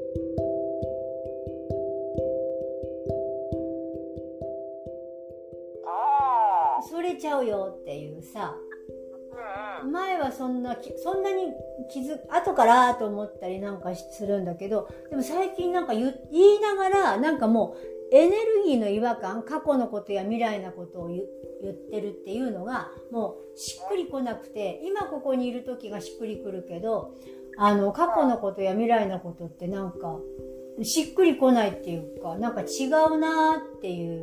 それちゃうよっていうさ、前はそんなに後からと思ったりなんかするんだけど、でも最近なんか言いながら、なんかもうエネルギーの違和感、過去のことや未来のことを言ってるっていうのがもうしっくりこなくて、今ここにいる時がしっくりくるけど、過去のことや未来のことってなんかしっくりこないっていうか、なんか違うなっていう、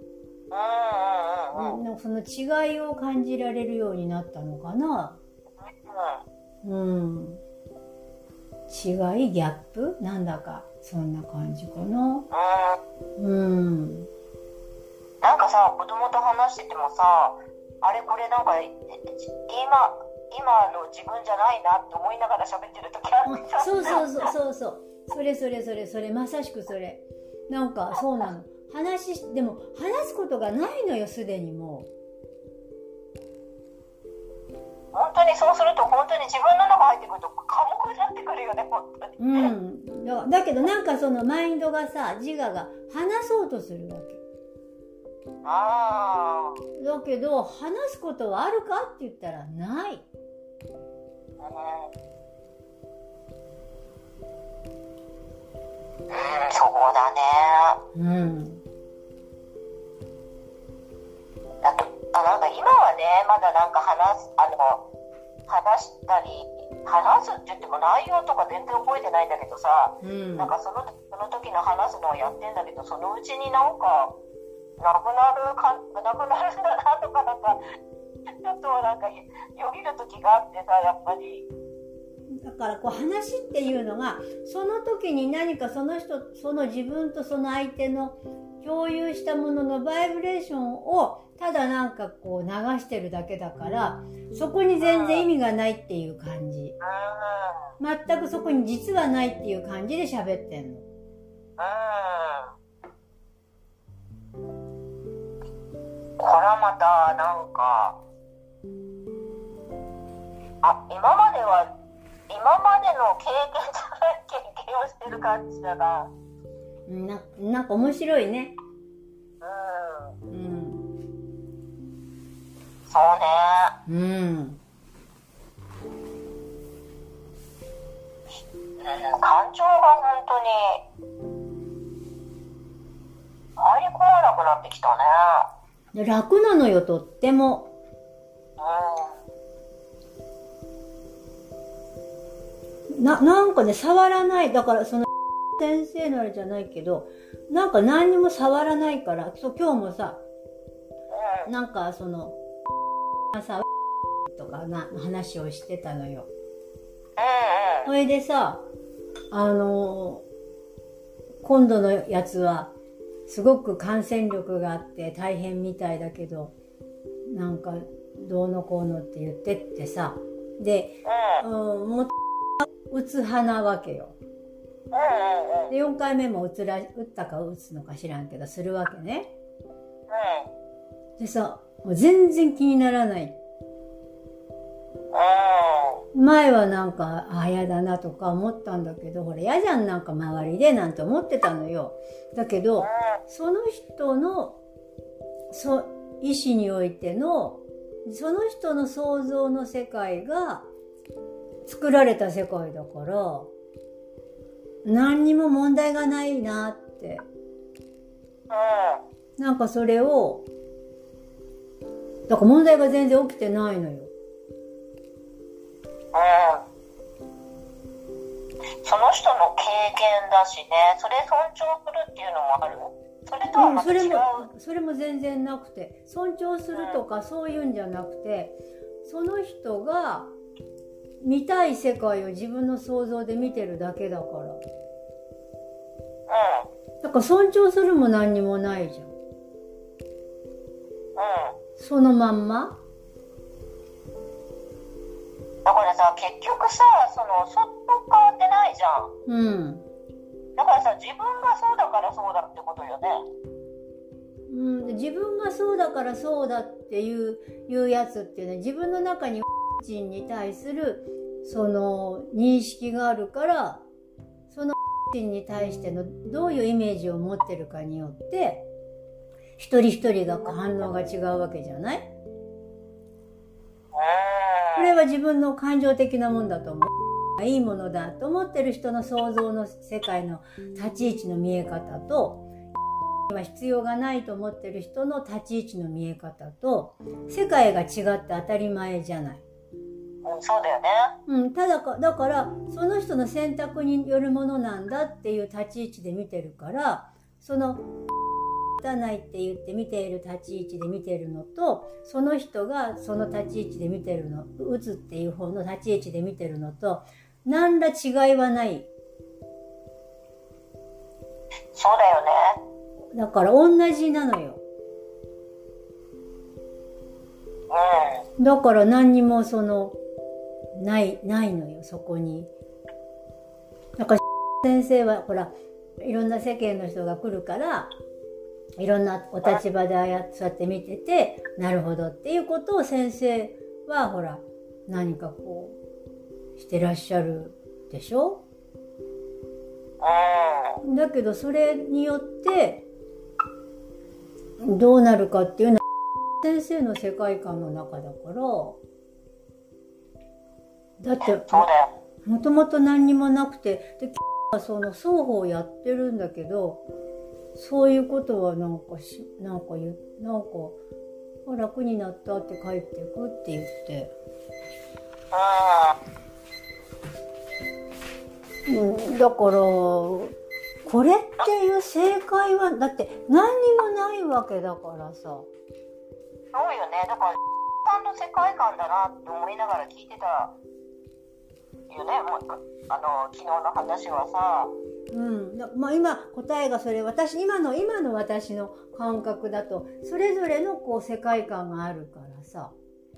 なんかその違いを感じられるようになったのかな。違い、ギャップ、なんだかそんな感じかな。 なんかさ、子供と話しててもさ、あれこれなんか今の自分じゃないなって思いながら喋ってる時ある。 そうそれまさしくそれ。なんかそうなの。でも話すことがないのよ、すでにもう。 本当にそうすると本当に自分の中入ってくると寡黙になってくるよね、本当に。 だけどなんかそのマインドがさ、自我が話そうとするわけ。だけど話すことはあるかって言ったらない。 そうだね。なんか今はね、まだなんか話したり、話すって言っても内容とか全然覚えてないんだけどさ、なんかその時の話すのはやってんだけど、そのうちになんかなくなるんだなとか、なんかちょっとなんかよぎる時があってさ、やっぱり。 だからこう話っていうのが、その時に何かその自分とその相手の共有したもののバイブレーションをただなんかこう流してるだけだから、そこに全然意味がないっていう感じ。全くそこに実はないっていう感じで喋ってんの。 これはまたなんか今までの経験じゃない経験をしてる感じだな。 なんか面白いね。 そうね。感情が本当に入り込まなくなってきたね。 楽なのよ、とっても。なんかね、触らない。だからその先生のあれじゃないけど、なんか何にも触らないから、今日もさ、なんかそのさとかな話をしてたのよ。それでさ、今度のやつはすごく感染力があって大変みたいだけど、なんかどうのこうのって言ってってさ、で、もっと打つ派なわけよ。で4回目も打ったか打つのか知らんけどするわけね。でさ、もう全然気にならない。前はなんか嫌だなとか思ったんだけど、ほら嫌じゃん、なんか周りでなんて思ってたのよ。だけどその人の意思においてのその人の想像の世界が作られた世界だから、何にも問題がないなって。なんかそれを、だから問題が全然起きてないのよ。 その人の経験だしね、それ尊重するっていうのもある。それとはまた違う。 それも全然なくて、尊重するとかそういうんじゃなくて、その人が見たい世界を自分の想像で見てるだけだから。だから尊重するも何にもないじゃん。そのまんま。 だからさ、結局さ、外変わってないじゃん。だからさ、自分がそうだからそうだってことよね。 自分がそうだからそうだっていうやつっていうのは、自分の中に人に対するその認識があるから、そのに対してのどういうイメージを持ってるかによって一人一人が反応が違うわけじゃない？これは自分の感情的なもんだと思う。いいものだと思ってる人の想像の世界の立ち位置の見え方と、は必要がないと思ってる人の立ち位置の見え方と、世界が違って当たり前じゃない。 そうだよね。 だからその人の選択によるものなんだっていう立ち位置で見てるから、その汚いって言って見ている立ち位置で見てるのと、その人がその立ち位置で見てるの、打つっていう方の立ち位置で見てるのと何ら違いはない。 そうだよね。だから同じなのよ。だから何にもないのよ、そこに。だから先生はほら、いろんな世間の人が来るから、いろんなお立場でそうやって見てて、なるほどっていうことを先生はほら、何かこうしてらっしゃるでしょ？だけどそれによってどうなるかっていうのは先生の世界観の中だから、だってもともと何にもなくて、でその双方やってるんだけど、そういうことはなんか楽になったって帰っていくって言って、だからこれっていう正解はだって何にもないわけだからさ。 そうよね。だからさんの世界観だなって思いながら聞いてたよね。もう昨日の話はさ。 今答えがそれ、今の私の感覚だとそれぞれのこう世界観があるからさ。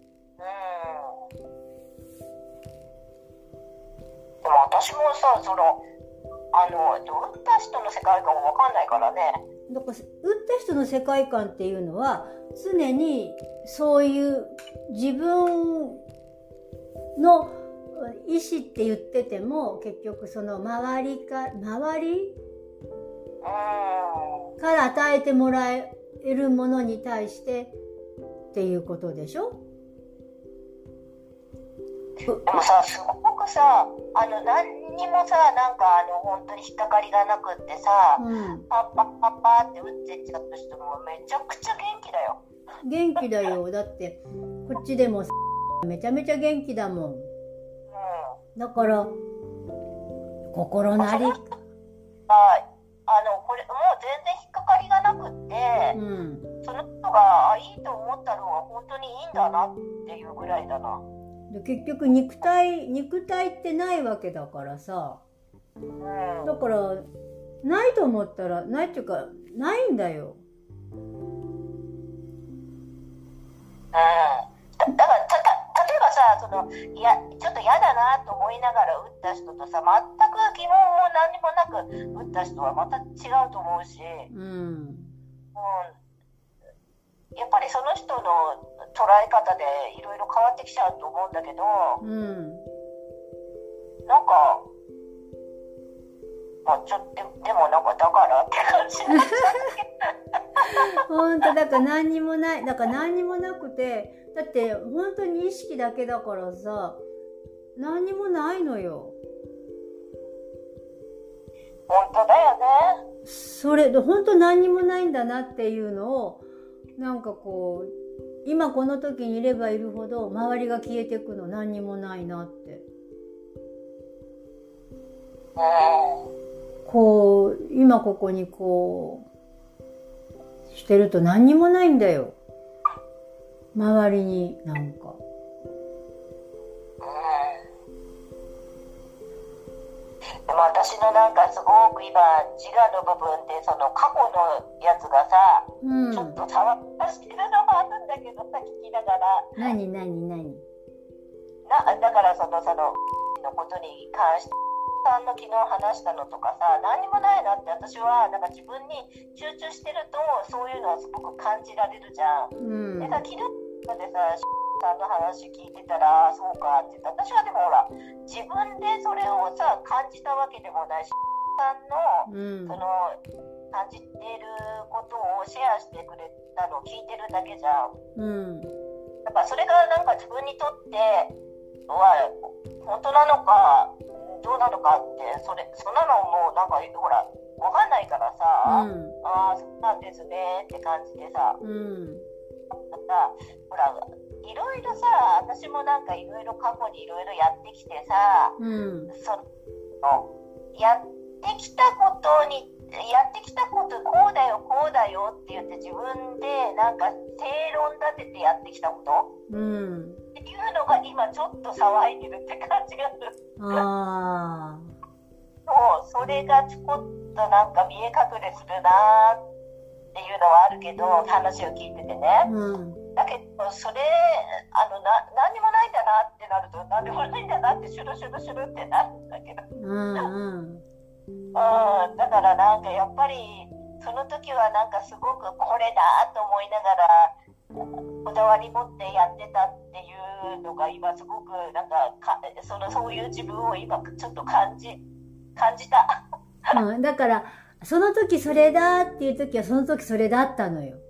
でも私もさ、打った人の世界観も分かんないからね。 だから打った人の世界観っていうのは常にそういう自分の意思って言ってても、結局その周りから与えてもらえるものに対してっていうことでしょ？ でもさ、すごくさ、何にもさ、なんか本当に引っかかりがなくってさ、パッパッパッパって打ってっちゃった人もめちゃくちゃ元気だよ。 元気だよ。だってこっちでもめちゃめちゃ元気だもん。だから心なりこれもう全然引っかかりがなくって、その人がいいと思ったのは本当にいいんだなっていうぐらいだな。 で結局肉体ってないわけだからさ、だからないと思ったらないっていうかないんだよ。 だから例えばさ、ちょっと嫌だなと思いながら打った人とさ、全く疑問も何にもなく打った人はまた違うと思うし、やっぱりその人の捉え方でいろいろ変わってきちゃうと思うんだけど、なんか、でもなんかだからって感じになっちゃう本当だから何にもない。だから何にもなくて、だって本当に意識だけだからさ、何にもないのよ。 本当だよね。 それで本当何にもないんだなっていうのを、なんかこう今この時にいればいるほど周りが消えていくの、何にもないなって。こう今ここにこうしてると何にもないんだよ、周りに。なんかでも私のなんかすごく今自我の部分でその過去のやつがさ、ちょっと触らしてるのもあるんだけどさ、聞きながら。 何だからそのことに関してさんの昨日話したのとかさ、何にもないなって私はなんか自分に集中してるとそういうのはすごく感じられるじゃん。でさ、昨日でささんの話聞いてたら、そうかって言って、私はでもほら自分でそれをさ感じたわけでもないし、 さんの、その感じていることをシェアしてくれたのを聞いてるだけじゃん。だからそれがなんか自分にとっては本当なのかどうなのかってそんなのもなんかほらわかんないからさ、ああそうなんですねって感じでさ、ほらいろいろさ、私もなんかいろいろ過去にいろいろやってきてさ、やってきたことこうだよこうだよって言って自分でなんか正論立ててやってきたこと、っていうのが今ちょっと騒いでるって感じがする。それがちょこっとなんか見え隠れするなっていうのはあるけど、話を聞いててね、だけどそれ何にもないんだなってなると、何にもないんだなってシュルシュルシュルってなるんだけど、だからなんかやっぱりその時はなんかすごくこれだと思いながらこだわり持ってやってたっていうのが今すごくなんかそういう自分を今ちょっと感じた。 だからその時それだっていう時はその時それだったのよ。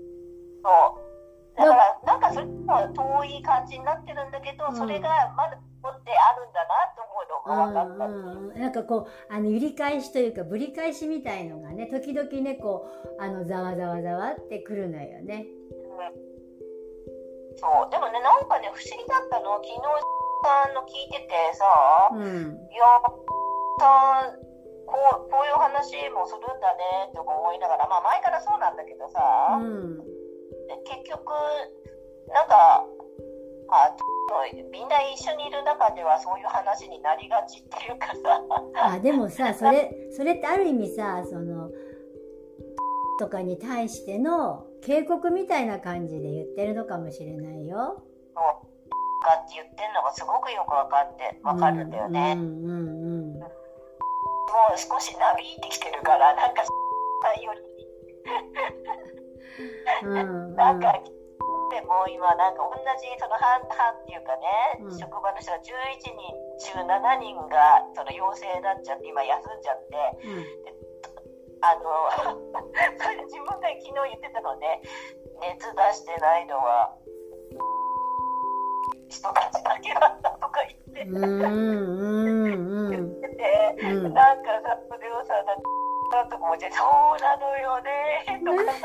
だからなんかそれも遠い感じになってるんだけど、それがまだ持ってあるんだなと思うのが分かった。 なんかこう揺り返しというかぶり返しみたいのがね、時々ねこうざわざわざわってくるのよね。 そうでもね、なんかね不思議だったの、昨日さんの聞いててさ、いやこういう話もするんだねとか思いながら、まあ前からそうなんだけどさ、結局なんかみんな一緒にいる中ではそういう話になりがちっていうかさでもさそれってある意味さ、そのとかに対しての警告みたいな感じで言ってるのかもしれないよ。 って言ってるのがすごくよくわかるんだよね。もう少しなびいてきてるからなんかよりなんかでも今なんか同じその半っていうかね、職場の人が11人中7人がその陽性になっちゃって今休んじゃって、それで自分が昨日言ってたので、熱出してないのは人たちだけなんだとか言って言ってて、なんかさそれをさなんとかもそうなのよねとか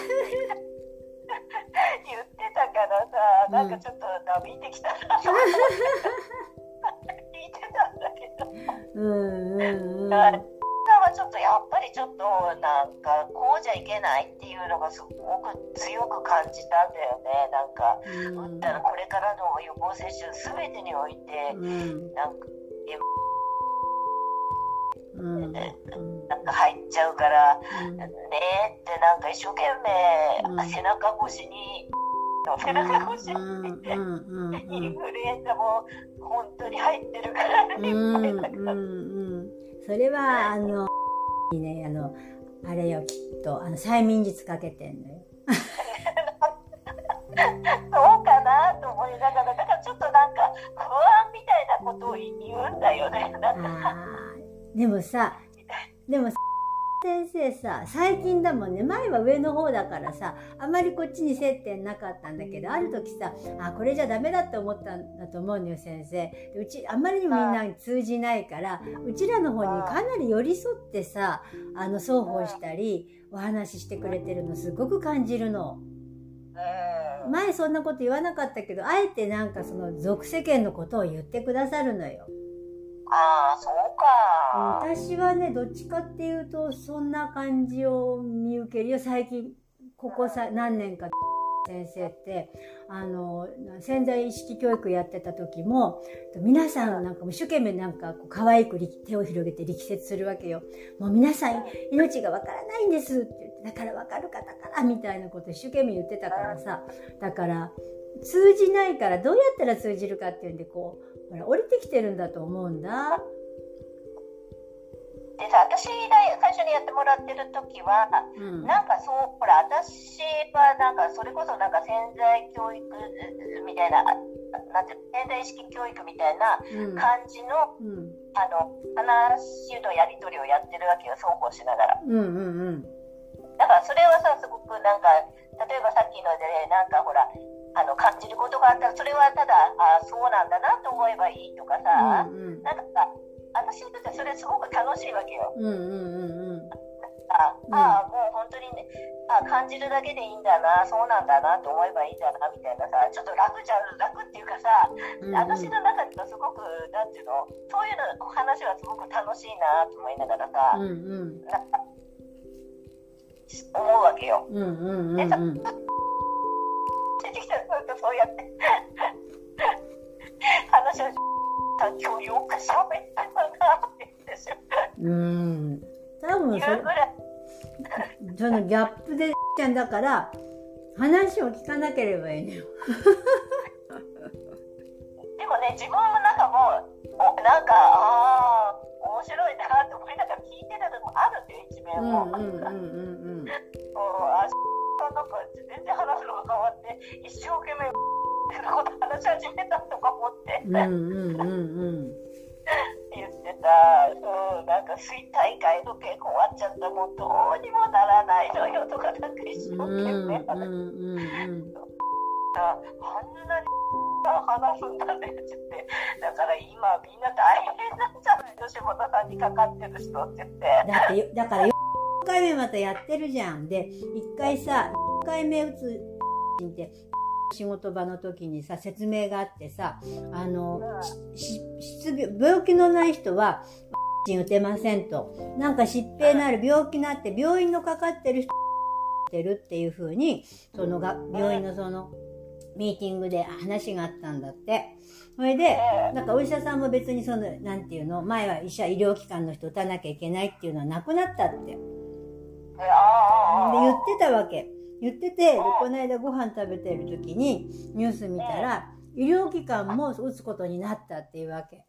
言ってたからさ、なんかちょっとなびいてきたなとか聞いてたんだけど、はちょっとやっぱりちょっとなんかこうじゃいけないっていうのがすごく強く感じたんだよね。なんか打ったらこれからの予防接種すべてにおいて、なんかなんか入っちゃうからねってなんか一生懸命背中越しにインフルエンザも本当に入ってるからね。 それはあれよ、きっと催眠術かけてんのよ。 そうかなと思いながら、だからちょっとなんか不安みたいなことを言うんだよね。 でもさ先生さ、最近だもんね。前は上の方だからさ、あまりこっちに接点なかったんだけど、ある時さ、これじゃダメだって思ったんだと思うんだよ、先生。うちあんまりにもみんなに通じないから、うちらの方にかなり寄り添ってさ、双方したりお話ししてくれてるのすごく感じるの。前そんなこと言わなかったけど、あえてなんかその俗世間のことを言ってくださるのよ。 そうか。 私はね、どっちかっていうとそんな感じを見受けるよ。最近ここ何年か先生って潜在意識教育やってた時も皆さんなんか一生懸命なんか可愛く手を広げて力説するわけよ。もう皆さん命がわからないんですって言って、だからわかる方からみたいなこと一生懸命言ってたからさ、だから通じないからどうやったら通じるかっていうんでこうほら降りてきてるんだと思うんだ。 でさ、私が最初にやってもらってる時は、なんかそうほら私はなんかそれこそなんか潜在教育みたいな、なんて潜在意識教育みたいな感じの話のやり取りをやってるわけよ、双方しながら。だからそれはさ、すごくなんか、例えばさっきので、なんかほら、感じることがあったら、それはただ、そうなんだなと思えばいいとかさ、なんかさ、私にとってそれすごく楽しいわけよ。もう本当にね、感じるだけでいいんだな、そうなんだなと思えばいいんだなみたいなさ、ちょっと楽っていうかさ、私の中ではすごく、なんていうの、そういうの話はすごく楽しいなと思いながらさ、なんか思うわけよ。でさ、出てきたらそうやって話を今日よく喋ったなって言うんですよ。 多分そのギャップでちゃんだから話を聞かなければいいのよ。 でもね、自分の中もなんか面白いなと思いながら聞いてるのもあるんだよ、一面も。なんか全然話すのが変わって一生懸命のこと話し始めたとか思って言ってた。なんか水大会の稽古終わっちゃった、もうどうにもならないのよとか、なんか一生懸命話す。あんなに話すんだねって言って、だから今みんな大変なんじゃないの、下田さんにかかってる人って言って。 だから4回目またやってるじゃん。で1回さ、4回目打つって仕事場の時にさ、説明があってさ、病気のない人は打てませんと、なんか疾病のある病気のあって病院のかかってる人ってるっていう風に、その病院のそのミーティングで話があったんだって。それでなんかお医者さんも別にそのなんていうの、前は医療機関の人打たなきゃいけないっていうのはなくなったってで言ってたわけ。言ってて、でこの間ご飯食べてる時にニュース見たら、医療機関も打つことになったっていうわけ。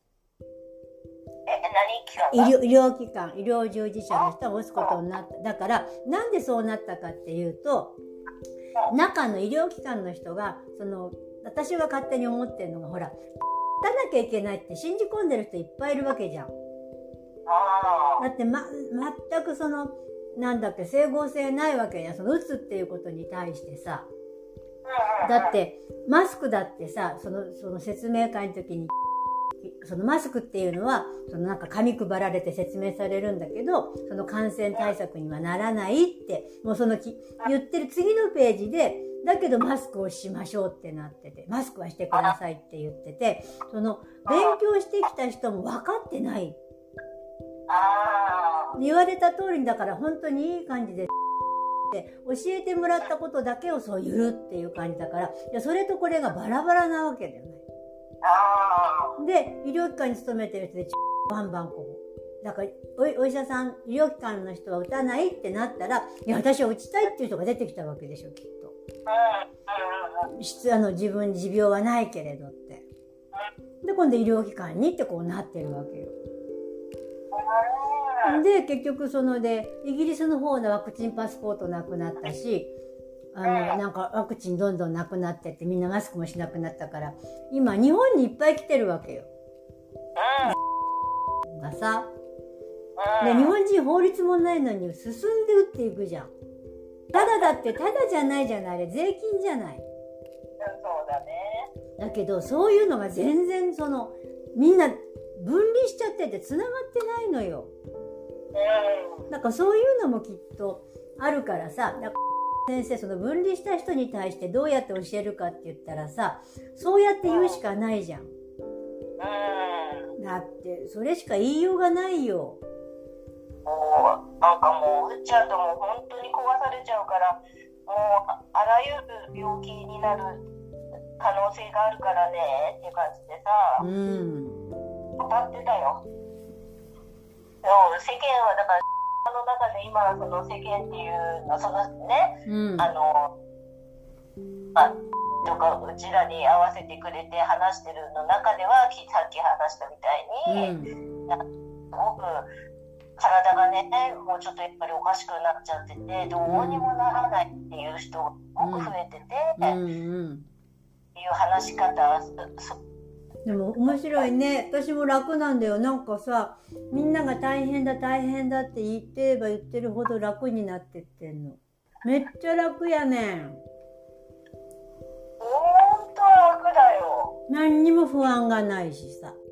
何機関？ 医療機関、医療従事者の人が打つことになった。だからなんでそうなったかっていうと、中の医療機関の人が、その私が勝手に思ってるのが、ほら、打たなきゃいけないって信じ込んでる人いっぱいいるわけじゃん。だって、全くそのなんだっけ、整合性ないわけや。その打つっていうことに対してさ、だってマスクだってさ、その説明会の時に、そのマスクっていうのはそのなんか紙配られて説明されるんだけど、その感染対策にはならないってもうその言ってる次のページで、だけどマスクをしましょうってなってて、マスクはしてくださいって言ってて、その勉強してきた人も分かってない。言われた通りに、だから本当にいい感じで教えてもらったことだけをそう言うっていう感じだから、いやそれとこれがバラバラなわけだよね。で医療機関に勤めてる人でバンバンこうだから、お医者さん、医療機関の人は打たないってなったら、いや私は打ちたいっていう人が出てきたわけでしょ、きっと。自分に持病はないけれどって。で今度医療機関にってこうなってるわけよ。で結局そのでイギリスの方のワクチンパスポートなくなったし、なんかワクチンどんどんなくなってって、みんなマスクもしなくなったから、今日本にいっぱい来てるわけよ。がさ、で日本人法律もないのに進んで打っていくじゃん。ただだってただじゃないじゃない、あれ税金じゃない。 そうだね。 だけどそういうのが全然そのみんな分離しちゃってて繋がってないのよ。なんかそういうのもきっとあるからさ、先生その分離した人に対してどうやって教えるかって言ったらさ、そうやって言うしかないじゃん。だってそれしか言いようがないよ。 なんかもう打っちゃうともう本当に壊されちゃうから、もうあらゆる病気になる可能性があるからねっていう感じでさ、当たってたよ。世間はだからの中で今その世間っていうの、そのね、とかうちらに合わせてくれて話してるの中では、さっき話したみたいに、すごく体がね、もうちょっとやっぱりおかしくなっちゃってて、どうにもならないっていう人がすごく増えてて、いう話し方でも面白いね。私も楽なんだよ。なんかさ、みんなが大変だ大変だって言ってれば言ってるほど楽になってってんの。めっちゃ楽やねん。 ほんと楽だよ。 何にも不安がないしさ。